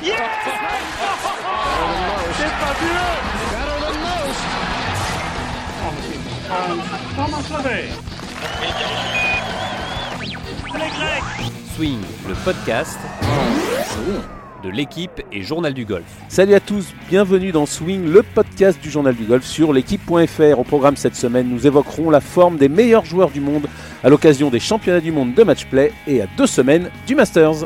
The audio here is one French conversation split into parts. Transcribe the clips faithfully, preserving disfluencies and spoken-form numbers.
Yes! C'est fabuleux! Thomas Lavey. Les Grecs. Swing, le podcast de l'équipe et Journal du Golf. Salut à tous, bienvenue dans Swing, le podcast du Journal du Golf sur l'équipe point F R. Au programme cette semaine, nous évoquerons la forme des meilleurs joueurs du monde à l'occasion des championnats du monde de match-play et à deux semaines du Masters.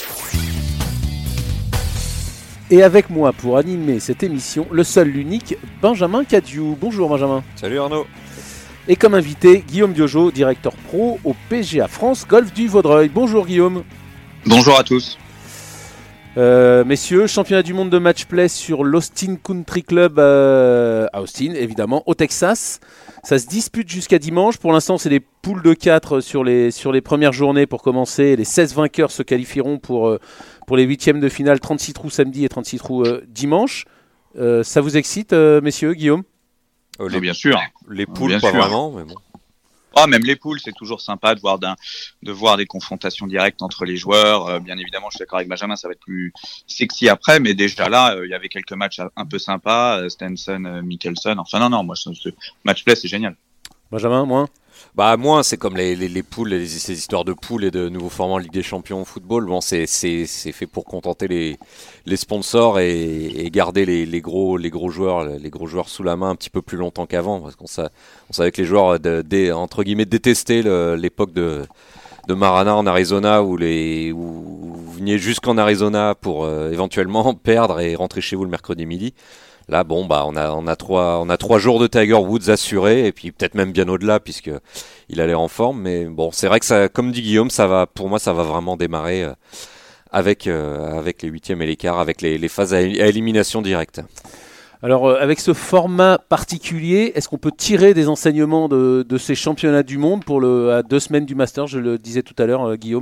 Et avec moi pour animer cette émission, le seul, l'unique, Benjamin Cadieux. Bonjour Benjamin. Salut Arnaud. Et comme invité, Guillaume Diojo, directeur pro au P G A France Golf du Vaudreuil. Bonjour Guillaume. Bonjour à tous. Euh, messieurs, championnat du monde de match-play sur l'Austin Country Club euh, à Austin, évidemment, au Texas. Ça se dispute jusqu'à dimanche. Pour l'instant, c'est des poules de quatre sur les, sur les premières journées pour commencer. Les seize vainqueurs se qualifieront pour, euh, pour les huitièmes de finale, trente-six trous samedi et trente-six trous euh, dimanche. Euh, ça vous excite, euh, messieurs, Guillaume ? Oh, les, bien sûr. Les poules, bien pas sûr. vraiment, mais bon. Ah, même les poules, c'est toujours sympa de voir, d'un, de voir des confrontations directes entre les joueurs. Euh, bien évidemment, je suis d'accord avec Benjamin, ça va être plus sexy après, mais déjà là, il euh, y avait quelques matchs un peu sympas, euh, Stenson, euh, Mickelson. Enfin, non, non, moi, ce, ce match-play, c'est génial. Benjamin, moi Bah moi, c'est comme les, les, les poules, les, ces histoires de poules et de nouveaux formats en Ligue des Champions au football. Bon, c'est, c'est, c'est fait pour contenter les, les sponsors et, et garder les, les gros, les gros joueurs, les gros joueurs sous la main un petit peu plus longtemps qu'avant, parce qu'on sa, on savait que les joueurs, de, de, entre guillemets, détestaient le, l'époque de, de Marana en Arizona, où les, où vous veniez jusqu'en Arizona pour euh, éventuellement perdre et rentrer chez vous le mercredi midi. Là, bon, bah, on a, on a trois, on a trois jours de Tiger Woods assurés, et puis peut-être même bien au-delà, puisque il a l'air en forme. Mais bon, c'est vrai que ça, comme dit Guillaume, ça va, pour moi, ça va vraiment démarrer euh, avec, euh, avec les huitièmes et les quarts, avec les, les phases à, à élimination directe. Alors, euh, avec ce format particulier, est-ce qu'on peut tirer des enseignements de, de ces championnats du monde pour le, à deux semaines du Masters, je le disais tout à l'heure, euh, Guillaume ?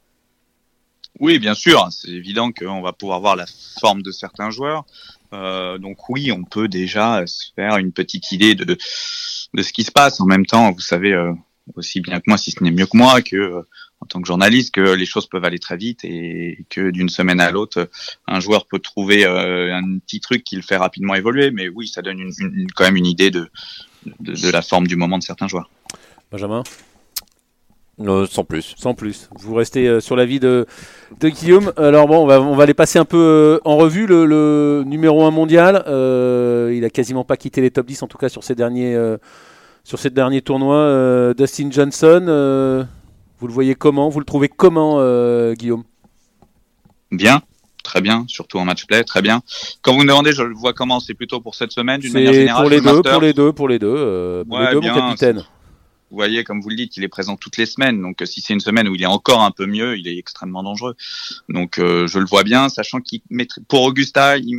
Oui, bien sûr. C'est évident qu'on va pouvoir voir la forme de certains joueurs. Euh, donc oui, on peut déjà se faire une petite idée de, de ce qui se passe. En même temps, vous savez euh, aussi bien que moi, si ce n'est mieux que moi, que euh, en tant que journaliste, que les choses peuvent aller très vite et que d'une semaine à l'autre, un joueur peut trouver euh, un petit truc qui le fait rapidement évoluer. Mais oui, ça donne une, une, quand même une idée de, de, de la forme du moment de certains joueurs. Benjamin ? Euh, sans plus. Sans plus. Vous restez euh, sur l'avis de, de Guillaume. Alors bon, on va, on va les passer un peu euh, en revue. Le, le numéro un mondial, euh, il a quasiment pas quitté les top dix, en tout cas sur ces derniers, euh, sur ces derniers tournois. Euh, Dustin Johnson, euh, vous le voyez comment ? Vous le trouvez comment, euh, Guillaume ? Bien. Très bien, surtout en match-play, très bien. Quand vous me demandez, je le vois comment ? C'est plutôt pour cette semaine, d'une C'est manière générale. pour les, deux, Masters. pour les deux, pour les deux, euh, pour Ouais, les deux, bien, mon capitaine. Vous voyez, comme vous le dites, il est présent toutes les semaines. Donc, si c'est une semaine où il est encore un peu mieux, il est extrêmement dangereux. Donc, euh, je le vois bien, sachant qu'il met, pour Augusta, il,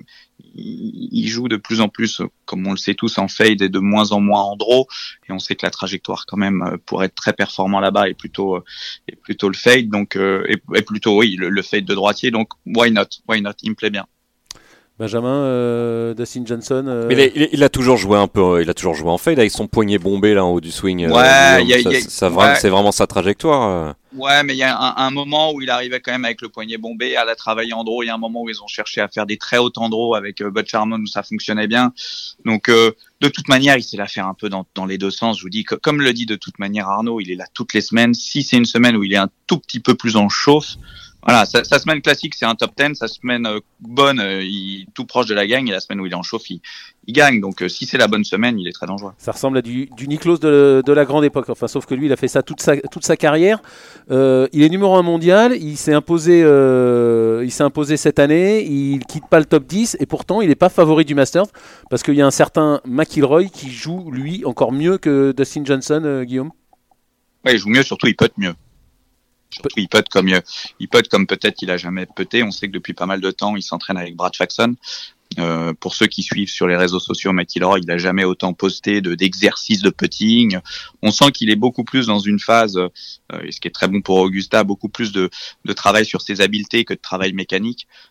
il joue de plus en plus, comme on le sait tous, en fade et de moins en moins en draw. Et on sait que la trajectoire, quand même, pour être très performant là-bas, est plutôt, est plutôt le fade. Donc, euh, est, est plutôt, oui, le, le fade de droitier. Donc, why not? Why not? Il me plaît bien. Benjamin, euh, Dustin Johnson. Euh... Mais il a, il, a, il a toujours joué un peu, il a toujours joué en fade avec son poignet bombé là en haut du swing. Ouais, euh, y a, ça, y a, ça, ouais. C'est vraiment sa trajectoire. Euh. Ouais, mais il y a un, un moment où il arrivait quand même avec le poignet bombé à la travailler en draw. Il y a un moment où ils ont cherché à faire des très hauts en draw avec euh, Bud Sharman où ça fonctionnait bien. Donc, euh, de toute manière, il sait la faire un peu dans, dans les deux sens. Je vous dis que, comme le dit de toute manière Arnaud, il est là toutes les semaines. Si c'est une semaine où il est un tout petit peu plus en chauffe, voilà, sa, sa semaine classique, c'est un top dix. Sa semaine euh, bonne, euh, il tout proche de la gagne. Et la semaine où il est en chauffe, il, il gagne. Donc, euh, si c'est la bonne semaine, il est très dangereux. Ça ressemble à du, du Nicklaus de, de la grande époque. Enfin, sauf que lui, il a fait ça toute sa, toute sa carrière. Euh, il est numéro un mondial. Il s'est imposé, euh, il s'est imposé cette année. Il quitte pas le top dix. Et pourtant, il n'est pas favori du Masters. Parce qu'il y a un certain McIlroy qui joue, lui, encore mieux que Dustin Johnson, euh, Guillaume. Ouais, il joue mieux. Surtout, il putt mieux. Surtout, il putt comme, il putt comme peut-être il a jamais putté. On sait que depuis pas mal de temps, il s'entraîne avec Brad Faxon. Euh, pour ceux qui suivent sur les réseaux sociaux, McIlroy, il n'a jamais autant posté de, d'exercices de putting. On sent qu'il est beaucoup plus dans une phase, euh, et ce qui est très bon pour Augusta, beaucoup plus de, de travail sur ses habiletés que de travail mécanique.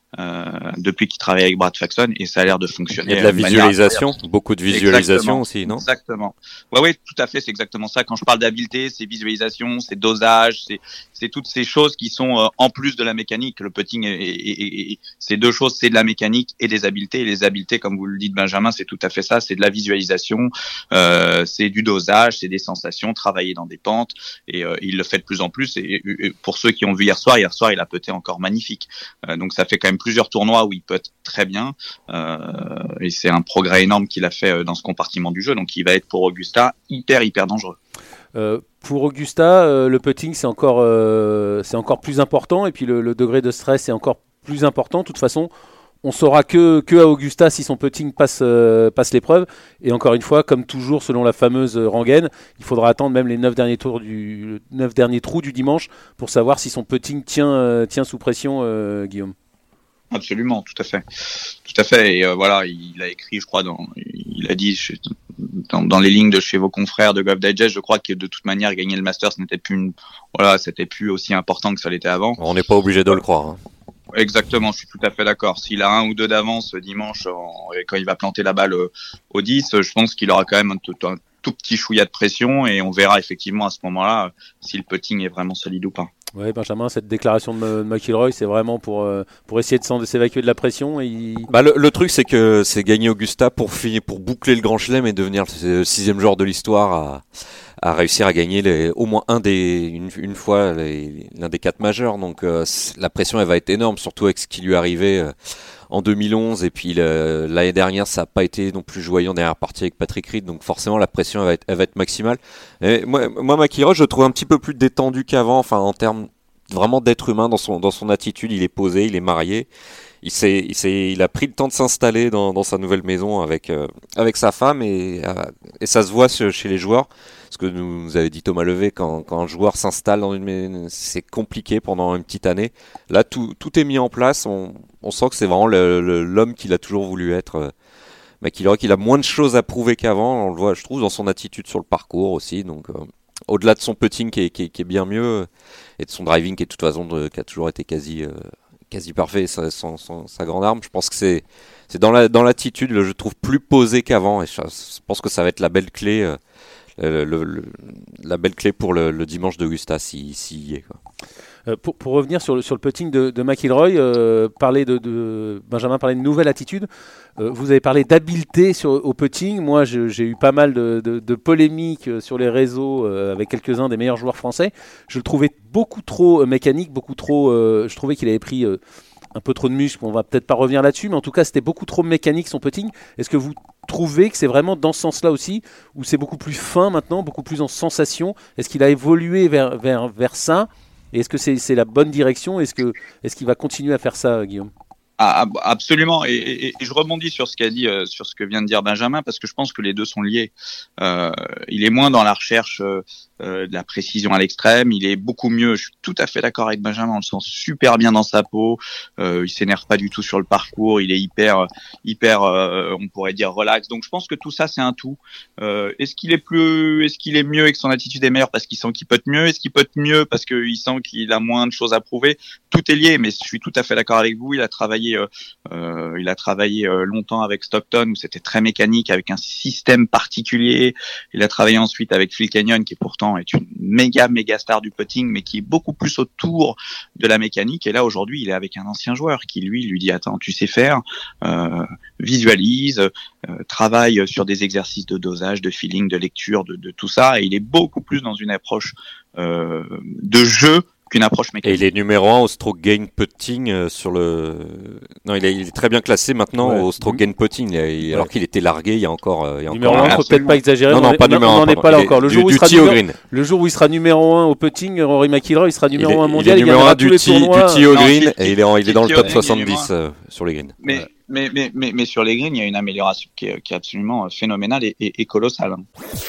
euh, depuis qu'il travaille avec Brad Faxon, et ça a l'air de fonctionner. Il y a de la manière visualisation, beaucoup de visualisation exactement, aussi, non? Exactement. Ouais, ouais, tout à fait, c'est exactement ça. Quand je parle d'habileté, c'est visualisation, c'est dosage, c'est c'est toutes ces choses qui sont euh, en plus de la mécanique. Le putting, et, et, et, et, ces deux choses, c'est de la mécanique et des habiletés. Et les habiletés, comme vous le dites, Benjamin, c'est tout à fait ça. C'est de la visualisation, euh, c'est du dosage, c'est des sensations, travailler dans des pentes. Et euh, il le fait de plus en plus. Et, et pour ceux qui ont vu hier soir, hier soir, il a putté encore magnifique. Euh, donc ça fait quand même plusieurs tournois où il putte très bien. Euh, et c'est un progrès énorme qu'il a fait dans ce compartiment du jeu. Donc il va être pour Augusta hyper, hyper dangereux. Euh, pour Augusta, euh, le putting c'est encore, euh, c'est encore plus important et puis le, le degré de stress est encore plus important. De toute façon, on saura que, que à Augusta si son putting passe, euh, passe l'épreuve. Et encore une fois, comme toujours, selon la fameuse rengaine, il faudra attendre même les neuf derniers, tours du, neuf derniers trous du dimanche pour savoir si son putting tient, euh, tient sous pression, euh, Guillaume. Absolument, tout à fait, tout à fait. Et euh, voilà, il a écrit, je crois, dans, il a dit chez, dans, dans les lignes de chez vos confrères de Golf Digest, je crois que de toute manière, gagner le Masters n'était plus, une, voilà, c'était plus aussi important que ça l'était avant. On n'est pas obligé de le croire. Hein. Exactement, je suis tout à fait d'accord. S'il a un ou deux d'avance dimanche, en, quand il va planter la balle au, au dix, je pense qu'il aura quand même un tout, un tout petit chouïa de pression et on verra effectivement à ce moment-là si le putting est vraiment solide ou pas. Oui, Benjamin, cette déclaration de McIlroy, c'est vraiment pour, euh, pour essayer de, de s'évacuer de la pression. Et il... bah, le, le truc, c'est que c'est gagner Augusta pour, finir, pour boucler le Grand Chelem et devenir le sixième joueur de l'histoire à, à réussir à gagner les, au moins un des, une, une fois les, l'un des quatre majeurs. Donc euh, la pression, elle va être énorme, surtout avec ce qui lui est arrivé euh, en deux mille onze. Et puis le, l'année dernière, ça n'a pas été non plus joyeux en dernière partie avec Patrick Reed. Donc forcément, la pression, elle va être, elle va être maximale. Et moi, moi McIlroy, je le trouve un petit peu plus détendu qu'avant, enfin en termes vraiment d'être humain dans son dans son attitude. Il est posé, il est marié, il s'est il s'est il a pris le temps de s'installer dans dans sa nouvelle maison avec euh, avec sa femme et euh, et ça se voit chez les joueurs. Ce que nous, nous avait dit Thomas Levé, quand quand un joueur s'installe dans une, c'est compliqué pendant une petite année. Là, tout tout est mis en place. On on sent que c'est vraiment le, le, l'homme qu'il a toujours voulu être. Euh, McIlroy, qu'il a moins de choses à prouver qu'avant. On le voit, je trouve, dans son attitude sur le parcours aussi. Donc euh, au-delà de son putting qui est, qui, est, qui est bien mieux et de son driving qui est de toute façon de, qui a toujours été quasi euh, quasi parfait, sa, son, son, sa grande arme, je pense que c'est c'est dans la dans l'attitude, je trouve plus posé qu'avant et je, je pense que ça va être la belle clé euh, le, le, le, la belle clé pour le, le dimanche d'Augusta s'il si, si y est quoi. Euh, pour, pour revenir sur le, sur le putting de, de McIlroy, euh, parler de, de, Benjamin parlait de nouvelle attitude. Euh, vous avez parlé d'habileté sur, au putting. Moi, je, j'ai eu pas mal de, de, de polémiques sur les réseaux euh, avec quelques-uns des meilleurs joueurs français. Je le trouvais beaucoup trop euh, mécanique, beaucoup trop. Euh, je trouvais qu'il avait pris euh, un peu trop de muscle. On va peut-être pas revenir là-dessus, mais en tout cas, c'était beaucoup trop mécanique son putting. Est-ce que vous trouvez que c'est vraiment dans ce sens-là aussi, où c'est beaucoup plus fin maintenant, beaucoup plus en sensation? Est-ce qu'il a évolué vers, vers, vers ça? Et est-ce que c'est, c'est la bonne direction? Est-ce que, est-ce qu'il va continuer à faire ça, Guillaume? Ah, absolument. Et, et, et je rebondis sur ce qu'a dit, euh, sur ce que vient de dire Benjamin, parce que je pense que les deux sont liés. Euh, il est moins dans la recherche euh, de la précision à l'extrême. Il est beaucoup mieux. Je suis tout à fait d'accord avec Benjamin. On le sent super bien dans sa peau. Euh, il s'énerve pas du tout sur le parcours. Il est hyper, hyper, euh, on pourrait dire relax. Donc je pense que tout ça c'est un tout. Euh, est-ce qu'il est plus, est-ce qu'il est mieux et que son attitude est meilleure parce qu'il sent qu'il peut être mieux? Est-ce qu'il peut être mieux parce qu'il sent qu'il a moins de choses à prouver? Tout est lié. Mais je suis tout à fait d'accord avec vous. Il a travaillé Euh, euh, il a travaillé euh, longtemps avec Stockton où c'était très mécanique avec un système particulier. Il a travaillé ensuite avec Phil Kenyon qui pourtant est une méga méga star du putting mais qui est beaucoup plus autour de la mécanique. Et là aujourd'hui il est avec un ancien joueur qui lui lui dit attends tu sais faire, euh, visualise, euh, travaille sur des exercices de dosage, de feeling, de lecture, de, de tout ça. Et il est beaucoup plus dans une approche euh, de jeu qu'une approche mécanique. Et il est numéro un au stroke gain putting euh, sur le. Non, il est, il est très bien classé maintenant ouais. au stroke gain putting, il a, il, ouais. alors qu'il était largué il y a encore. Euh, il y a numéro encore un, faut peut-être pas exagérer. Non, non, pas numéro un. On n'en est pas là encore. Le jour, où il sera numéro, green. le jour où il sera numéro un au putting, Rory McIlroy, il sera numéro il est, un mondial. Il est numéro un du Tee au green non, et il est, en, il est dans le top soixante-dix euh, sur les greens. Mais, ouais. mais, mais, mais, mais sur les greens, il y a une amélioration qui est, qui est absolument phénoménale et, et, et colossale.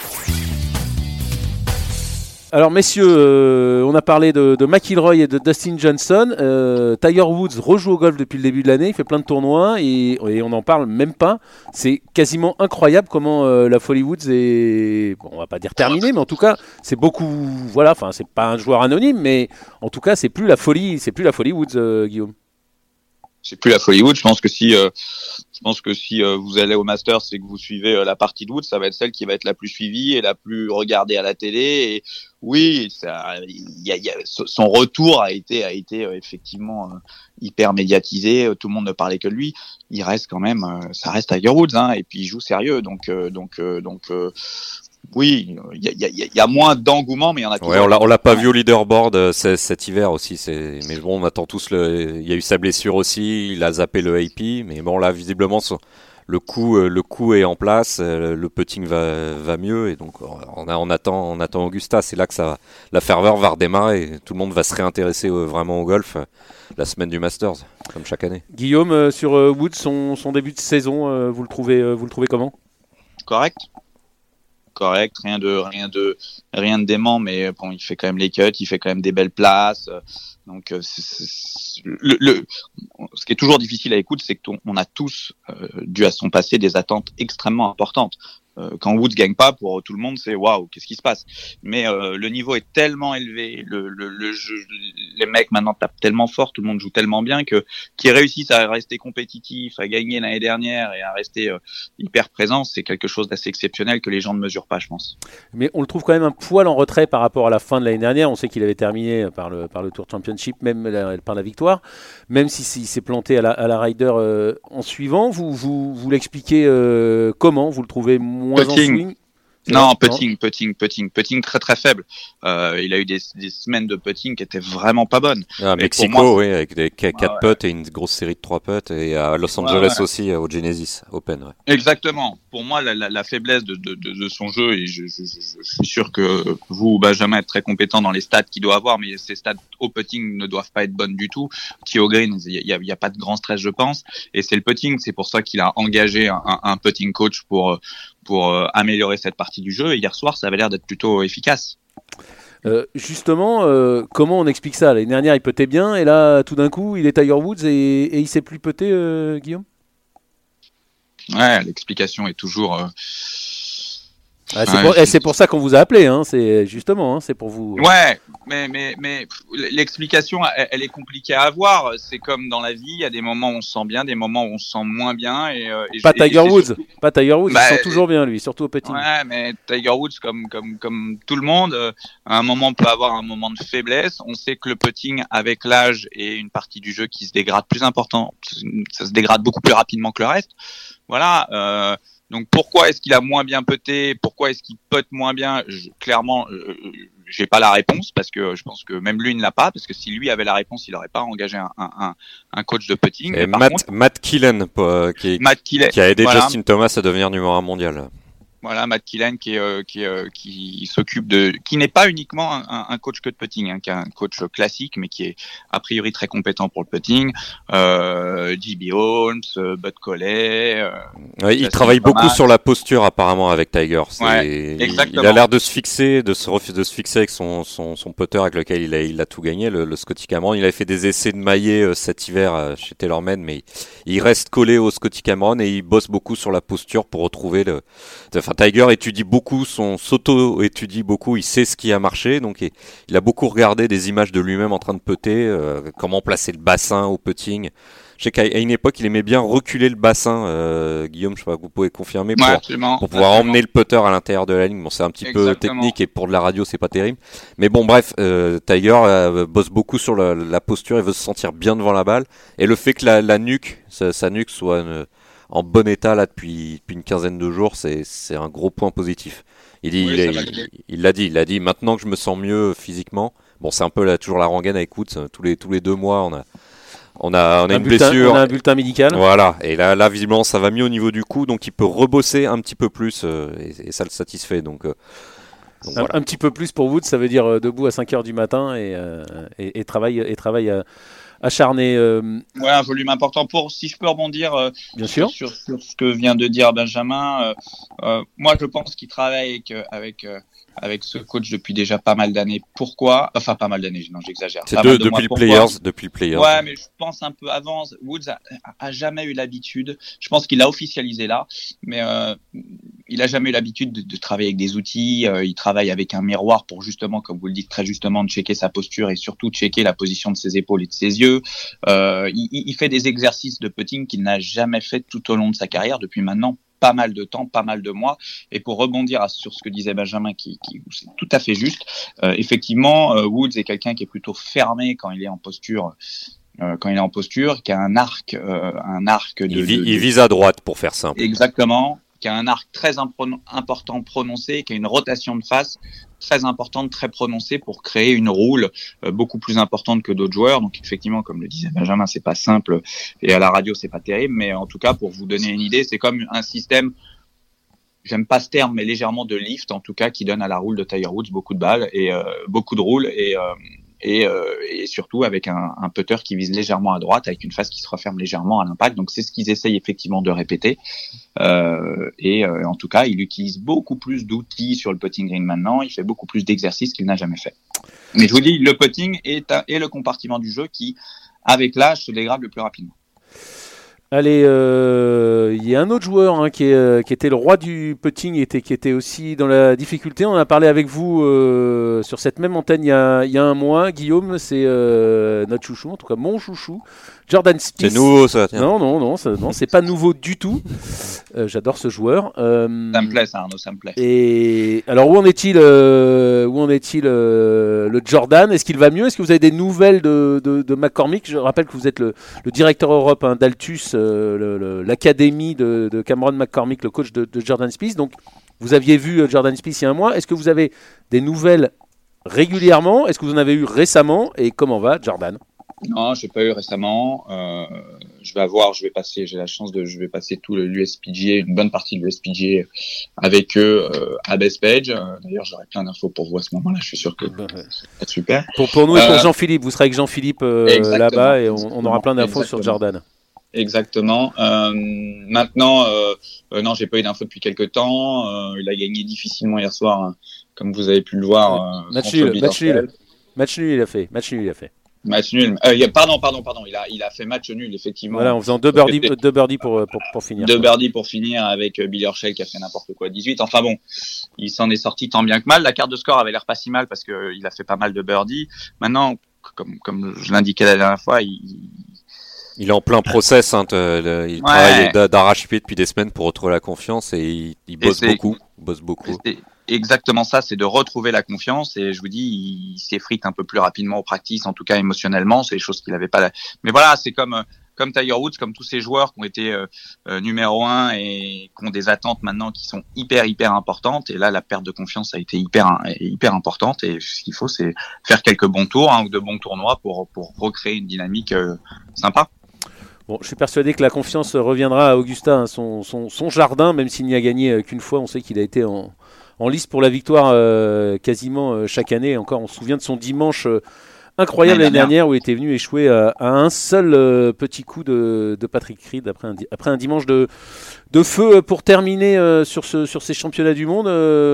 Alors messieurs, euh, on a parlé de, de McIlroy et de Dustin Johnson. Euh, Tiger Woods rejoue au golf depuis le début de l'année, il fait plein de tournois et, et on n'en parle même pas. C'est quasiment incroyable comment euh, la folie Woods est, bon, on va pas dire terminée, mais en tout cas c'est beaucoup, voilà, enfin c'est pas un joueur anonyme, mais en tout cas c'est plus la folie, c'est plus la folie Woods, euh, Guillaume. c'est plus la folie Woods. Je pense que si, euh, je pense que si euh, vous allez au Masters et que vous suivez euh, la partie de Woods, ça va être celle qui va être la plus suivie et la plus regardée à la télé. Et oui, ça, y a, y a, son retour a été, a été euh, effectivement euh, hyper médiatisé. Tout le monde ne parlait que de lui. Il reste quand même, euh, ça reste Tiger Woods, hein, et puis il joue sérieux. Donc, euh, donc, euh, donc. Euh, Oui, il y a, y, a, y a moins d'engouement, mais il y en a toujours. Ouais, on l'a, on l'a pas vu au leaderboard euh, cet hiver aussi. C'est... Mais bon, on attend tous le. Il y a eu sa blessure aussi. Il a zappé le A P, mais bon là, visiblement, le coup, euh, le coup est en place. Euh, le putting va, va mieux, et donc on, a, on attend, on attend Augusta. C'est là que ça, va, la ferveur va redémarrer. Et tout le monde va se réintéresser euh, vraiment au golf euh, la semaine du Masters, comme chaque année. Guillaume, euh, sur euh, Woods, son, son début de saison, euh, vous le trouvez, euh, vous le trouvez comment ? Correct. Correct, rien de rien de rien de dément, mais bon, il fait quand même les cuts, il fait quand même des belles places. Donc c'est, c'est, le, le ce qui est toujours difficile à écouter, c'est qu'on on a tous euh, dû à son passé des attentes extrêmement importantes. Euh, quand Woods gagne pas, pour tout le monde, c'est waouh, qu'est-ce qui se passe. Mais euh, le niveau est tellement élevé, le, le, le jeu, les mecs maintenant tapent tellement fort, tout le monde joue tellement bien que qu'ils réussissent à rester compétitifs, à gagner l'année dernière et à rester euh, hyper présents, c'est quelque chose d'assez exceptionnel que les gens ne mesurent pas, je pense. Mais on le trouve quand même un poil en retrait par rapport à la fin de l'année dernière. On sait qu'il avait terminé par le par le Tour Championship, même la, par la victoire, même si s'il s'est planté à la, à la Ryder euh, en suivant. Vous vous vous l'expliquez euh, comment ? Vous le trouvez moins en swing ? Non, putting, putting, putting, putting très très faible. Euh, il a eu des, des semaines de putting qui étaient vraiment pas bonnes. À Mexico, oui, avec des quatre ah, ouais. putts et une grosse série de trois putts, et à Los Angeles ouais, ouais. aussi, au Genesis Open. Ouais. Exactement. Pour moi, la, la, la faiblesse de, de, de, de son jeu, et je, je, je, je suis sûr que vous, Benjamin, êtes très compétent dans les stats qu'il doit avoir, mais ces stats au putting ne doivent pas être bonnes du tout. Theo Green, il y a, y a pas de grand stress, je pense, et c'est le putting. C'est pour ça qu'il a engagé un, un, un putting coach pour pour euh, améliorer cette partie du jeu. Et hier soir, ça avait l'air d'être plutôt efficace. Euh, justement, euh, comment on explique ça ? L'année dernière, il putait bien, et là, tout d'un coup, il est Tiger Woods et, et il sait plus putter, euh, Guillaume ? Ouais, l'explication est toujours... Euh... Ah, c'est, ouais, pour, c'est pour ça qu'on vous a appelé, hein, c'est justement, hein, c'est pour vous. Ouais, mais mais mais l'explication, elle, elle est compliquée à avoir. C'est comme dans la vie, il y a des moments où on se sent bien, des moments où on se sent moins bien. Et, et pas, je, Tiger et Woods, surtout... pas Tiger Woods, bah, il se sent toujours bien lui, surtout au putting. Ouais, mais Tiger Woods, comme comme comme tout le monde, euh, à un moment peut avoir un moment de faiblesse. On sait que le putting, avec l'âge et une partie du jeu qui se dégrade plus important, ça se dégrade beaucoup plus rapidement que le reste. Voilà. Euh, Donc pourquoi est-ce qu'il a moins bien puté ? Pourquoi est-ce qu'il putte moins bien ? je, Clairement, euh, j'ai pas la réponse parce que je pense que même lui ne l'a pas, parce que si lui avait la réponse, il n'aurait pas engagé un, un, un coach de putting. Et Matt, contre, Matt Killen, euh, qui, est, Matt Killen, qui a aidé voilà. Justin Thomas à devenir numéro un mondial. Voilà, Matt Killen qui, est, euh, qui, euh, qui s'occupe de, qui n'est pas uniquement un, un coach que de putting, hein, qui est un coach classique, mais qui est a priori très compétent pour le putting. Euh, J B Holmes, euh, Bud Colley. Euh, ouais, il travaille beaucoup mal. sur la posture apparemment avec Tiger. C'est, ouais, exactement. Il, il a l'air de se fixer, de se refuser de se fixer avec son son, son putter avec lequel il a il a tout gagné, le, le Scotty Cameron. Il avait fait des essais de maillet euh, cet hiver euh, chez TaylorMade, mais il, il reste collé au Scotty Cameron et il bosse beaucoup sur la posture pour retrouver le. Enfin, Tiger étudie beaucoup, son s'auto-étudie beaucoup, il sait ce qui a marché, donc il, il a beaucoup regardé des images de lui-même en train de putter, euh, comment placer le bassin au putting. Je sais qu'à une époque, il aimait bien reculer le bassin, euh, Guillaume, je sais pas, vous pouvez confirmer, pour, ouais, pour pouvoir absolument. emmener le putter à l'intérieur de la ligne. Bon, c'est un petit Exactement. peu technique et pour de la radio, c'est pas terrible. Mais bon, bref, euh, Tiger euh, bosse beaucoup sur la, la posture, il veut se sentir bien devant la balle. Et le fait que la, la nuque, sa, sa nuque soit... Une, en bon état là depuis, depuis une quinzaine de jours, c'est, c'est un gros point positif. Il dit, oui, il, il, il l'a dit, il l'a dit. Maintenant que je me sens mieux physiquement, bon, c'est un peu là, toujours la rengaine avec Woods. Tous les tous les deux mois, on a on a on a une bulletin, blessure. On a un bulletin médical. Voilà. Et là là visiblement ça va mieux au niveau du cou, donc il peut rebosser un petit peu plus euh, et, et ça le satisfait. Donc, euh, donc un, voilà. un petit peu plus pour Woods, ça veut dire euh, debout à cinq heures du matin et euh, et, et travail et travail. Euh, acharné. Euh... Ouais, un volume important. Pour, si je peux rebondir euh, Bien sûr. Sur, sur ce que vient de dire Benjamin, euh, euh, moi je pense qu'il travaille avec, avec, euh, avec ce coach depuis déjà pas mal d'années. Pourquoi ? Enfin, pas mal d'années, non, j'exagère. C'est pas de, mal de depuis, le Pourquoi players, depuis le Players. Ouais, mais je pense un peu avant. Woods a, a jamais eu l'habitude. Je pense qu'il a officialisé là, mais euh, il a jamais eu l'habitude de, de travailler avec des outils. Euh, il travaille avec un miroir pour justement, comme vous le dites très justement, de checker sa posture et surtout de checker la position de ses épaules et de ses yeux. sérieux. Euh, il, il fait des exercices de putting qu'il n'a jamais fait tout au long de sa carrière depuis maintenant pas mal de temps, pas mal de mois. Et pour rebondir à, sur ce que disait Benjamin, qui, qui c'est tout à fait juste, euh, effectivement, euh, Woods est quelqu'un qui est plutôt fermé quand il est en posture. Euh, quand il est en posture, qui a un arc, euh, un arc de, il, vi- de, de... il vise à droite pour faire simple. Exactement, qui a un arc très impron- important prononcé, qui a une rotation de face très importante, très prononcée pour créer une roule euh, beaucoup plus importante que d'autres joueurs. Donc effectivement, comme le disait Benjamin, c'est pas simple et à la radio c'est pas terrible, mais en tout cas pour vous donner une idée, c'est comme un système. J'aime pas ce terme, mais légèrement de lift en tout cas, qui donne à la roule de Tiger Woods beaucoup de balles et euh, beaucoup de roules et euh, Et, euh, et surtout avec un, un putter qui vise légèrement à droite, avec une face qui se referme légèrement à l'impact. Donc c'est ce qu'ils essayent effectivement de répéter. Euh, et euh, en tout cas, il utilise beaucoup plus d'outils sur le putting green maintenant. Il fait beaucoup plus d'exercices qu'il n'a jamais fait. Mais je vous dis, le putting est, un, est le compartiment du jeu qui, avec l'âge, se dégrade le plus rapidement. Allez, il euh, y a un autre joueur hein, qui, est, euh, qui était le roi du putting et était, qui était aussi dans la difficulté. On en a parlé avec vous euh, sur cette même antenne il y a, il y a un mois. Guillaume, c'est euh, notre chouchou, en tout cas mon chouchou, Jordan Spieth. C'est nouveau ça, tiens. Non, non, non, ça, non c'est pas nouveau du tout. Euh, j'adore ce joueur. Euh, ça me plaît, ça, Arnaud, ça me plaît. Et alors, où en est-il, euh, où en est-il euh, le Jordan? Est-ce qu'il va mieux? Est-ce que vous avez des nouvelles de, de, de McCormick? Je rappelle que vous êtes le, le directeur Europe hein, d'Altus, euh, le, le, l'académie de, de Cameron McCormick, le coach de, de Jordan Spieth. Donc, vous aviez vu euh, Jordan Spieth il y a un mois. Est-ce que vous avez des nouvelles régulièrement? Est-ce que vous en avez eu récemment? Et comment va Jordan? Non, j'ai pas eu récemment. Euh, je vais avoir, je vais passer, j'ai la chance de, je vais passer tout l'U S P G A, une bonne partie de l'U S P G A avec eux euh, à Bethpage. Euh, d'ailleurs, j'aurai plein d'infos pour vous à ce moment-là. Je suis sûr que bah, ouais. c'est super. Pour, pour nous et pour Euh, Jean-Philippe, vous serez avec Jean-Philippe euh, là-bas et on, on aura plein d'infos exactement. sur Jordan. Exactement. Euh, maintenant, euh, euh, non, j'ai pas eu d'infos depuis quelques temps. Euh, il a gagné difficilement hier soir, hein, comme vous avez pu le voir. Euh, match contre nul, Bill match Russell. nul, match nul, il a fait, match nul, il a fait. Match nul. Euh, il y a, pardon, pardon, pardon. Il a, il a fait match nul, effectivement. Voilà, en faisant deux birdies, deux birdies pour, pour, pour finir. Deux birdies pour finir avec Billy Horschel qui a fait n'importe quoi, dix-huit. Enfin bon, il s'en est sorti tant bien que mal. La carte de score avait l'air pas si mal parce que il a fait pas mal de birdies. Maintenant, comme, comme je l'indiquais la dernière fois, il, Il est en plein process, hein, te- le- il Ouais. travaille d'a- d'arrache-pied depuis des semaines pour retrouver la confiance et il, il bosse c'est- beaucoup. Il bosse beaucoup. c'est exactement ça, c'est de retrouver la confiance. Et je vous dis, il s'effrite un peu plus rapidement au practice, en tout cas émotionnellement. C'est des choses qu'il avait pas. La... Mais voilà, c'est comme comme Tiger Woods, comme tous ces joueurs qui ont été euh, euh, numéro un et qui ont des attentes maintenant qui sont hyper hyper importantes. Et là, la perte de confiance a été hyper hyper importante. Et ce qu'il faut, c'est faire quelques bons tours, hein, ou de bons tournois pour pour recréer une dynamique euh, sympa. Bon, je suis persuadé que la confiance reviendra à Augusta, hein, son, son, son jardin, même s'il n'y a gagné euh, qu'une fois. On sait qu'il a été en, en lice pour la victoire euh, quasiment euh, chaque année. Encore, on se souvient de son dimanche euh, incroyable l'année dernière où il était venu échouer à, à un seul euh, petit coup de, de Patrick Reed après un, après un dimanche de, de feu. Pour terminer euh, sur, ce, sur ces championnats du monde,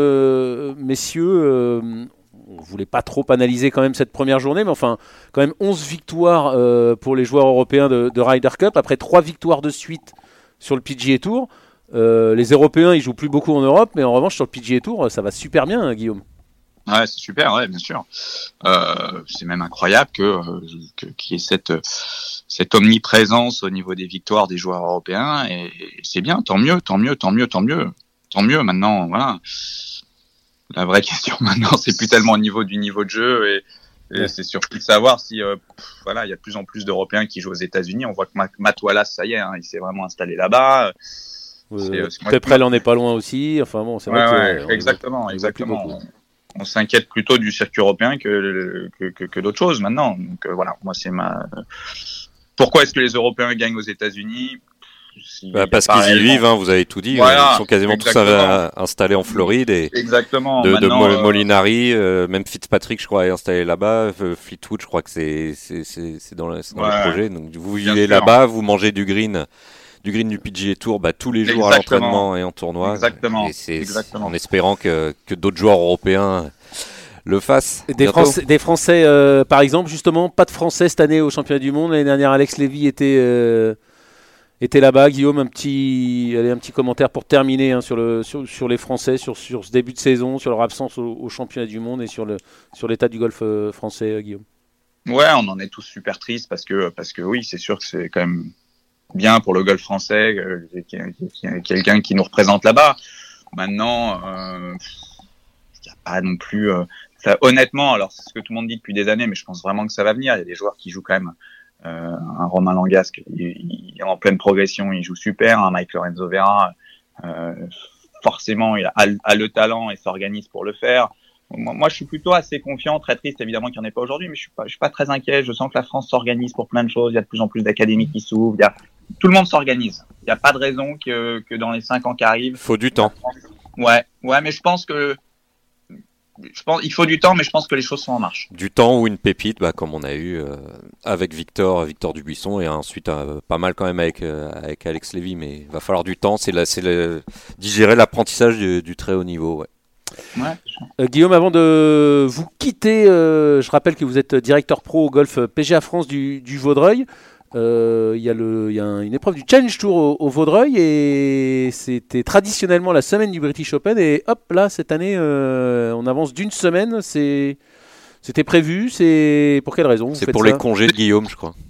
euh, messieurs, euh, on ne voulait pas trop analyser quand même cette première journée, mais enfin, quand même onze victoires euh, pour les joueurs européens de, de Ryder Cup, après trois victoires de suite sur le P G A Tour. Euh, les Européens, ils jouent plus beaucoup en Europe, mais en revanche, sur le P G A Tour, ça va super bien, hein, Guillaume. Ouais, c'est super, ouais, bien sûr. Euh, c'est même incroyable que, que qu'il y ait cette cette omniprésence au niveau des victoires des joueurs européens, et, et c'est bien, tant mieux, tant mieux, tant mieux, tant mieux, tant mieux. Maintenant, voilà. La vraie question maintenant, c'est plus tellement au niveau du niveau de jeu, et, et ouais. c'est surtout de savoir si, euh, pff, voilà, il y a de plus en plus d'Européens qui jouent aux États-Unis. On voit que Matt Wallace, ça y est, hein, il s'est vraiment installé là-bas. Euh, Pepperell en est pas loin aussi. Enfin bon, c'est ouais, vrai ouais, que exactement, exactement. On, on s'inquiète plutôt du circuit européen que que, que, que d'autres choses maintenant. Donc euh, voilà, moi c'est ma. Pourquoi est-ce que les Européens gagnent aux États-Unis? Si bah, parce qu'ils y vivent, hein, vous avez tout dit. Voilà, ils sont quasiment exactement. tous installés en Floride. Et exactement. De, de euh... Molinari, euh, même Fitzpatrick, je crois, est installé là-bas. Fleetwood, je crois que c'est c'est c'est, c'est dans, le, c'est dans ouais, le projet. Donc vous vivez là-bas, vous mangez du green, du green du P G A Tour, bah, tous les jours exactement. à l'entraînement et en tournoi. Exactement. Et c'est, exactement. En espérant que que d'autres joueurs européens le fassent. Des Français, des Français euh, par exemple, justement, pas de Français cette année au championnat du monde. L'année dernière, Alex Lévy était euh... était là-bas. Guillaume, un petit, allez, un petit commentaire pour terminer hein, sur, le, sur, sur les Français, sur, sur ce début de saison, sur leur absence au, au championnat du monde et sur, le, sur l'état du golf euh, français, euh, Guillaume. Ouais, on en est tous super tristes parce que parce que oui, c'est sûr que c'est quand même bien pour le golf français euh, qu'il y ait quelqu'un qui nous représente là-bas. Maintenant, il euh, n'y a pas non plus. Euh, ça, honnêtement, alors c'est ce que tout le monde dit depuis des années, mais je pense vraiment que ça va venir. Il y a des joueurs qui jouent quand même. Euh, un Romain Langasque, il, il est en pleine progression, il joue super. Un Mike Lorenzo Vera, euh, forcément, il a, a le talent et s'organise pour le faire. Moi, moi, je suis plutôt assez confiant, très triste évidemment qu'il n'y en ait pas aujourd'hui, mais je suis pas, je suis pas très inquiet. Je sens que la France s'organise pour plein de choses. Il y a de plus en plus d'académies qui s'ouvrent. Il y a, tout le monde s'organise. Il n'y a pas de raison que, que dans les cinq ans qui arrivent. Faut du temps. Ouais, ouais, mais je pense que je pense, il faut du temps, mais je pense que les choses sont en marche. Du temps ou une pépite, bah, comme on a eu euh, avec Victor, Victor Dubuisson, et ensuite euh, pas mal quand même avec euh, avec Alex Lévy, mais il va falloir du temps. C'est la, c'est le, digérer l'apprentissage du, du très haut niveau. Ouais. Ouais. Euh, Guillaume, avant de vous quitter, euh, je rappelle que vous êtes directeur pro au golf P G A France du, du Vaudreuil. Euh, Il y a, le, y a un, une épreuve du Challenge Tour au, au Vaudreuil et c'était traditionnellement la semaine du British Open. Et hop, là, cette année, euh, on avance d'une semaine. C'est, c'était prévu. C'est pour quelle raison? C'est pour ça les congés de Guillaume, je crois.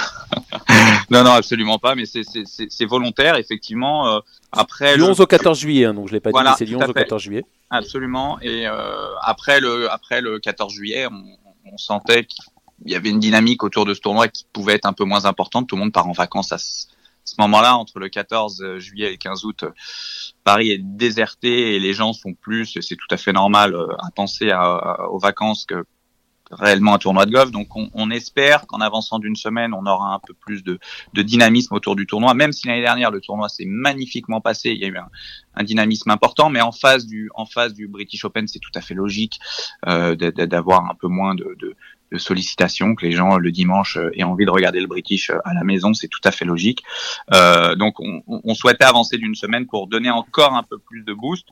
Non, non, absolument pas, mais c'est, c'est, c'est, c'est volontaire, effectivement. Euh, après du le onze au quatorze juillet, hein, donc je l'ai pas voilà, dit, mais c'est du onze au quatorze juillet. Absolument. Et euh, après le après le quatorze juillet, on, on sentait qu'il y avait une dynamique autour de ce tournoi qui pouvait être un peu moins importante. Tout le monde part en vacances à ce, ce moment-là, entre le quatorze juillet et le quinze août. Paris est déserté et les gens sont plus, c'est tout à fait normal, à penser à, à, aux vacances que réellement un tournoi de golf. Donc on, on espère qu'en avançant d'une semaine, on aura un peu plus de, de dynamisme autour du tournoi. Même si l'année dernière le tournoi s'est magnifiquement passé, il y a eu un, un dynamisme important, mais en face du en face du British Open, c'est tout à fait logique euh, d'avoir un peu moins de, de, de sollicitations, que les gens le dimanche aient envie de regarder le British à la maison, c'est tout à fait logique. Euh, donc on, on souhaitait avancer d'une semaine pour donner encore un peu plus de boost.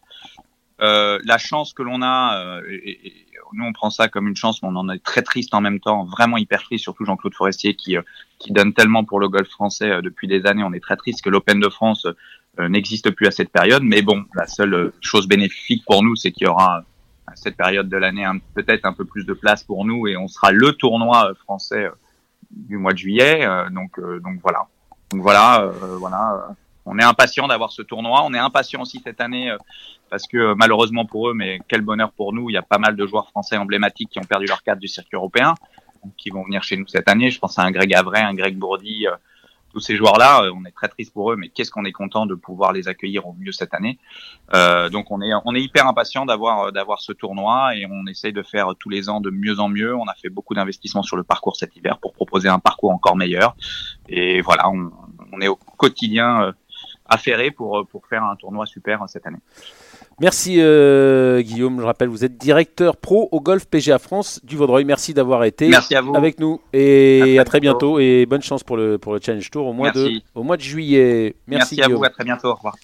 Euh, la chance que l'on a, euh, et, et nous on prend ça comme une chance, mais on en est très triste en même temps, vraiment hyper triste, surtout Jean-Claude Forestier qui euh, qui donne tellement pour le golf français euh, depuis des années. On est très triste que l'Open de France euh, n'existe plus à cette période, mais bon, la seule euh, chose bénéfique pour nous, c'est qu'il y aura euh, à cette période de l'année un, peut-être un peu plus de place pour nous et on sera le tournoi euh, français euh, du mois de juillet. Euh, donc euh, donc voilà, donc voilà, euh, voilà. Euh, On est impatient d'avoir ce tournoi. On est impatient aussi cette année euh, parce que euh, malheureusement pour eux, mais quel bonheur pour nous, il y a pas mal de joueurs français emblématiques qui ont perdu leur carte du circuit européen, qui vont venir chez nous cette année. Je pense à un Greg Avray, un Greg Bourdi, euh, tous ces joueurs-là. Euh, on est très triste pour eux, mais qu'est-ce qu'on est content de pouvoir les accueillir au mieux cette année. Euh, donc on est on est hyper impatient d'avoir d'avoir ce tournoi et on essaye de faire tous les ans de mieux en mieux. On a fait beaucoup d'investissements sur le parcours cet hiver pour proposer un parcours encore meilleur. Et voilà, on, on est au quotidien. Euh, affairé pour, pour faire un tournoi super cette année. Merci euh, Guillaume, je rappelle, vous êtes directeur pro au golf P G A France du Vaudreuil. Merci d'avoir été Merci à vous. avec nous et à très, à très bientôt. bientôt et bonne chance pour le, pour le Challenge Tour au mois, de, au mois de juillet. Merci, Merci à Guillaume. vous, à très bientôt, au revoir.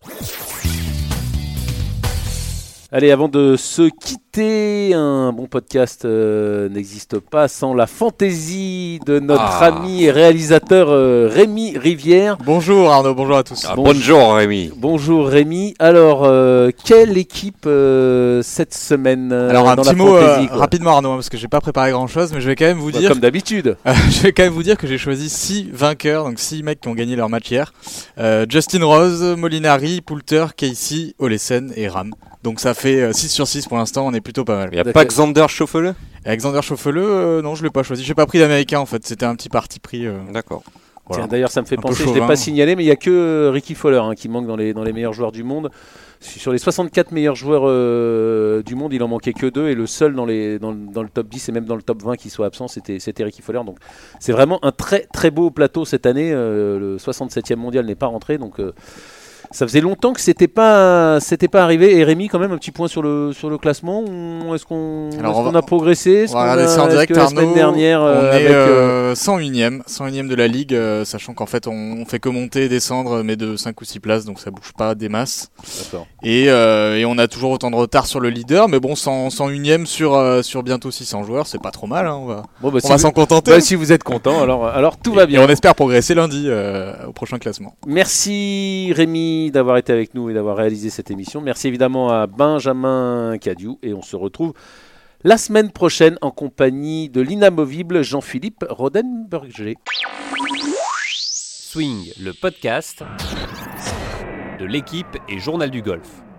Allez, avant de se quitter, un bon podcast euh, n'existe pas sans la fantaisie de notre Ah. ami et réalisateur euh, Rémi Rivière. Bonjour Arnaud, bonjour à tous. Ah, Bon- bonjour Rémi. Bonjour Rémi. Alors, euh, quelle équipe euh, cette semaine euh, Alors un dans petit la mot euh, fantaisie, quoi. rapidement Arnaud, hein, parce que j'ai pas préparé grand chose, mais je vais quand même vous Bah, dire, Comme d'habitude. euh, je vais quand même vous dire que j'ai choisi six vainqueurs, donc six mecs qui ont gagné leur match hier. Euh, Justin Rose, Molinari, Poulter, Casey, Olesen et Ram. Donc ça fait euh, six sur six pour l'instant, on est plutôt pas mal. Il n'y a D'accord. pas Xander Schauffele? Alexander Chauffeleux, euh, non je l'ai pas choisi, j'ai pas pris d'américain en fait, c'était un petit parti pris. euh, D'accord. voilà. Tiens, d'ailleurs, ça me fait Un peu penser, je ne chauvin. l'ai pas signalé, mais il n'y a que euh, Ricky Fowler hein, qui manque dans les, dans les meilleurs joueurs du monde. Sur les soixante-quatre meilleurs joueurs euh, du monde, il en manquait que deux. Et le seul dans, les, dans, le- dans le top dix et même dans le top vingt qui soit absent, c'était, c'était Ricky Fowler. Donc c'est vraiment un très très beau plateau cette année. Euh, le soixante-septième mondial n'est pas rentré. Donc euh, ça faisait longtemps que c'était pas, c'était pas arrivé. Et Rémi, quand même, un petit point sur le, sur le classement. On- Est-ce qu'on, Alors, est-ce on qu'on va- a progressé? Est-ce On va qu'on regarder a- ça en est-ce direct que la semaine Arnaud. dernière, euh, on est avec, euh, euh, cent unième, cent unième de la ligue, euh, sachant qu'en fait on, on fait que monter et descendre, mais de cinq ou six places, donc ça bouge pas des masses. D'accord. Et, euh, et on a toujours autant de retard sur le leader, mais bon, cent, cent unième sur, euh, sur bientôt six cents joueurs, c'est pas trop mal, hein, on va, Bon, bah, on si va vous- s'en contenter. bah, si vous êtes content, alors, alors tout va Et bien. on espère progresser lundi euh, au prochain classement. Merci Rémi d'avoir été avec nous et d'avoir réalisé cette émission. Merci évidemment à Benjamin Cadiou et on se retrouve la semaine prochaine en compagnie de l'inamovible Jean-Philippe Rodenberger. Swing, le podcast de l'équipe et Journal du Golf.